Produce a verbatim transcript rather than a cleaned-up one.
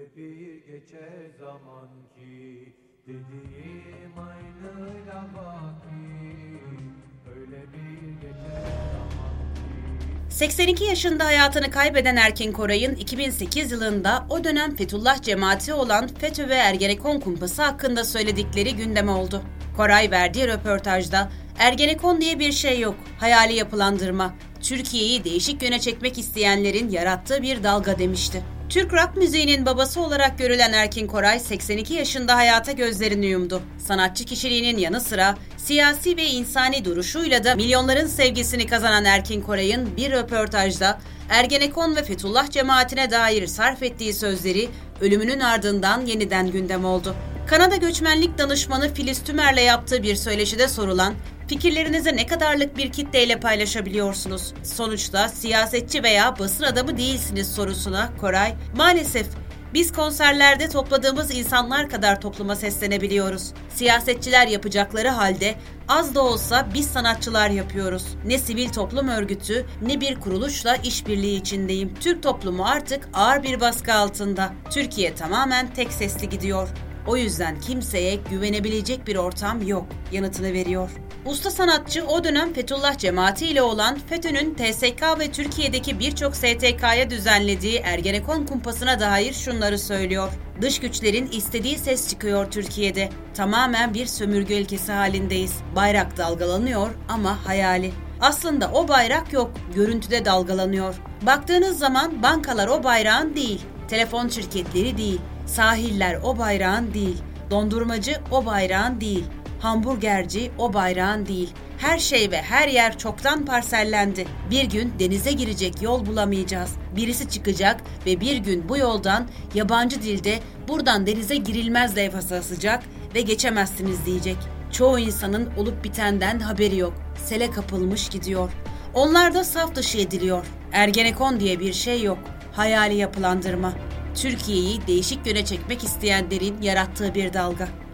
Öyle bir geçer zaman ki dediğim aynı lavaki. Öyle bir geçer zaman ki. seksen iki yaşında hayatını kaybeden Erkin Koray'ın iki bin sekiz yılında o dönem Fethullah cemaati olan FETÖ ve Ergenekon kumpası hakkında söyledikleri gündeme oldu. Koray verdiği röportajda Ergenekon diye bir şey yok, hayali yapılandırma, Türkiye'yi değişik yöne çekmek isteyenlerin yarattığı bir dalga demişti. Türk rock müziğinin babası olarak görülen Erkin Koray seksen iki yaşında hayata gözlerini yumdu. Sanatçı kişiliğinin yanı sıra siyasi ve insani duruşuyla da milyonların sevgisini kazanan Erkin Koray'ın bir röportajda Ergenekon ve Fethullah cemaatine dair sarf ettiği sözleri ölümünün ardından yeniden gündem oldu. Kanada göçmenlik danışmanı Filiz Tümer'le yaptığı bir söyleşide sorulan "Fikirlerinizi ne kadarlık bir kitleyle paylaşabiliyorsunuz? Sonuçta siyasetçi veya basın adamı değilsiniz" sorusuna Koray, "Maalesef biz konserlerde topladığımız insanlar kadar topluma seslenebiliyoruz. Siyasetçiler yapacakları halde az da olsa biz sanatçılar yapıyoruz. Ne sivil toplum örgütü ne bir kuruluşla işbirliği içindeyim. Türk toplumu artık ağır bir baskı altında. Türkiye tamamen tek sesli gidiyor. O yüzden kimseye güvenebilecek bir ortam yok" yanıtını veriyor. Usta sanatçı o dönem Fethullah cemaati ile olan FETÖ'nün T S K ve Türkiye'deki birçok S T K'ya düzenlediği Ergenekon kumpasına dair şunları söylüyor. "Dış güçlerin istediği ses çıkıyor Türkiye'de. Tamamen bir sömürge ülkesi halindeyiz. Bayrak dalgalanıyor ama hayali. Aslında o bayrak yok, görüntüde dalgalanıyor. Baktığınız zaman bankalar o bayrağın değil, telefon şirketleri değil, sahiller o bayrağın değil, dondurmacı o bayrağın değil, hamburgerci o bayrağın değil. Her şey ve her yer çoktan parsellendi. Bir gün denize girecek yol bulamayacağız. Birisi çıkacak ve bir gün bu yoldan yabancı dilde buradan denize girilmez levhası asacak ve geçemezsiniz diyecek. Çoğu insanın olup bitenden haberi yok. Sele kapılmış gidiyor. Onlar da saf dışı ediliyor. Ergenekon diye bir şey yok. Hayali yapılandırma. Türkiye'yi değişik yöne çekmek isteyenlerin yarattığı bir dalga."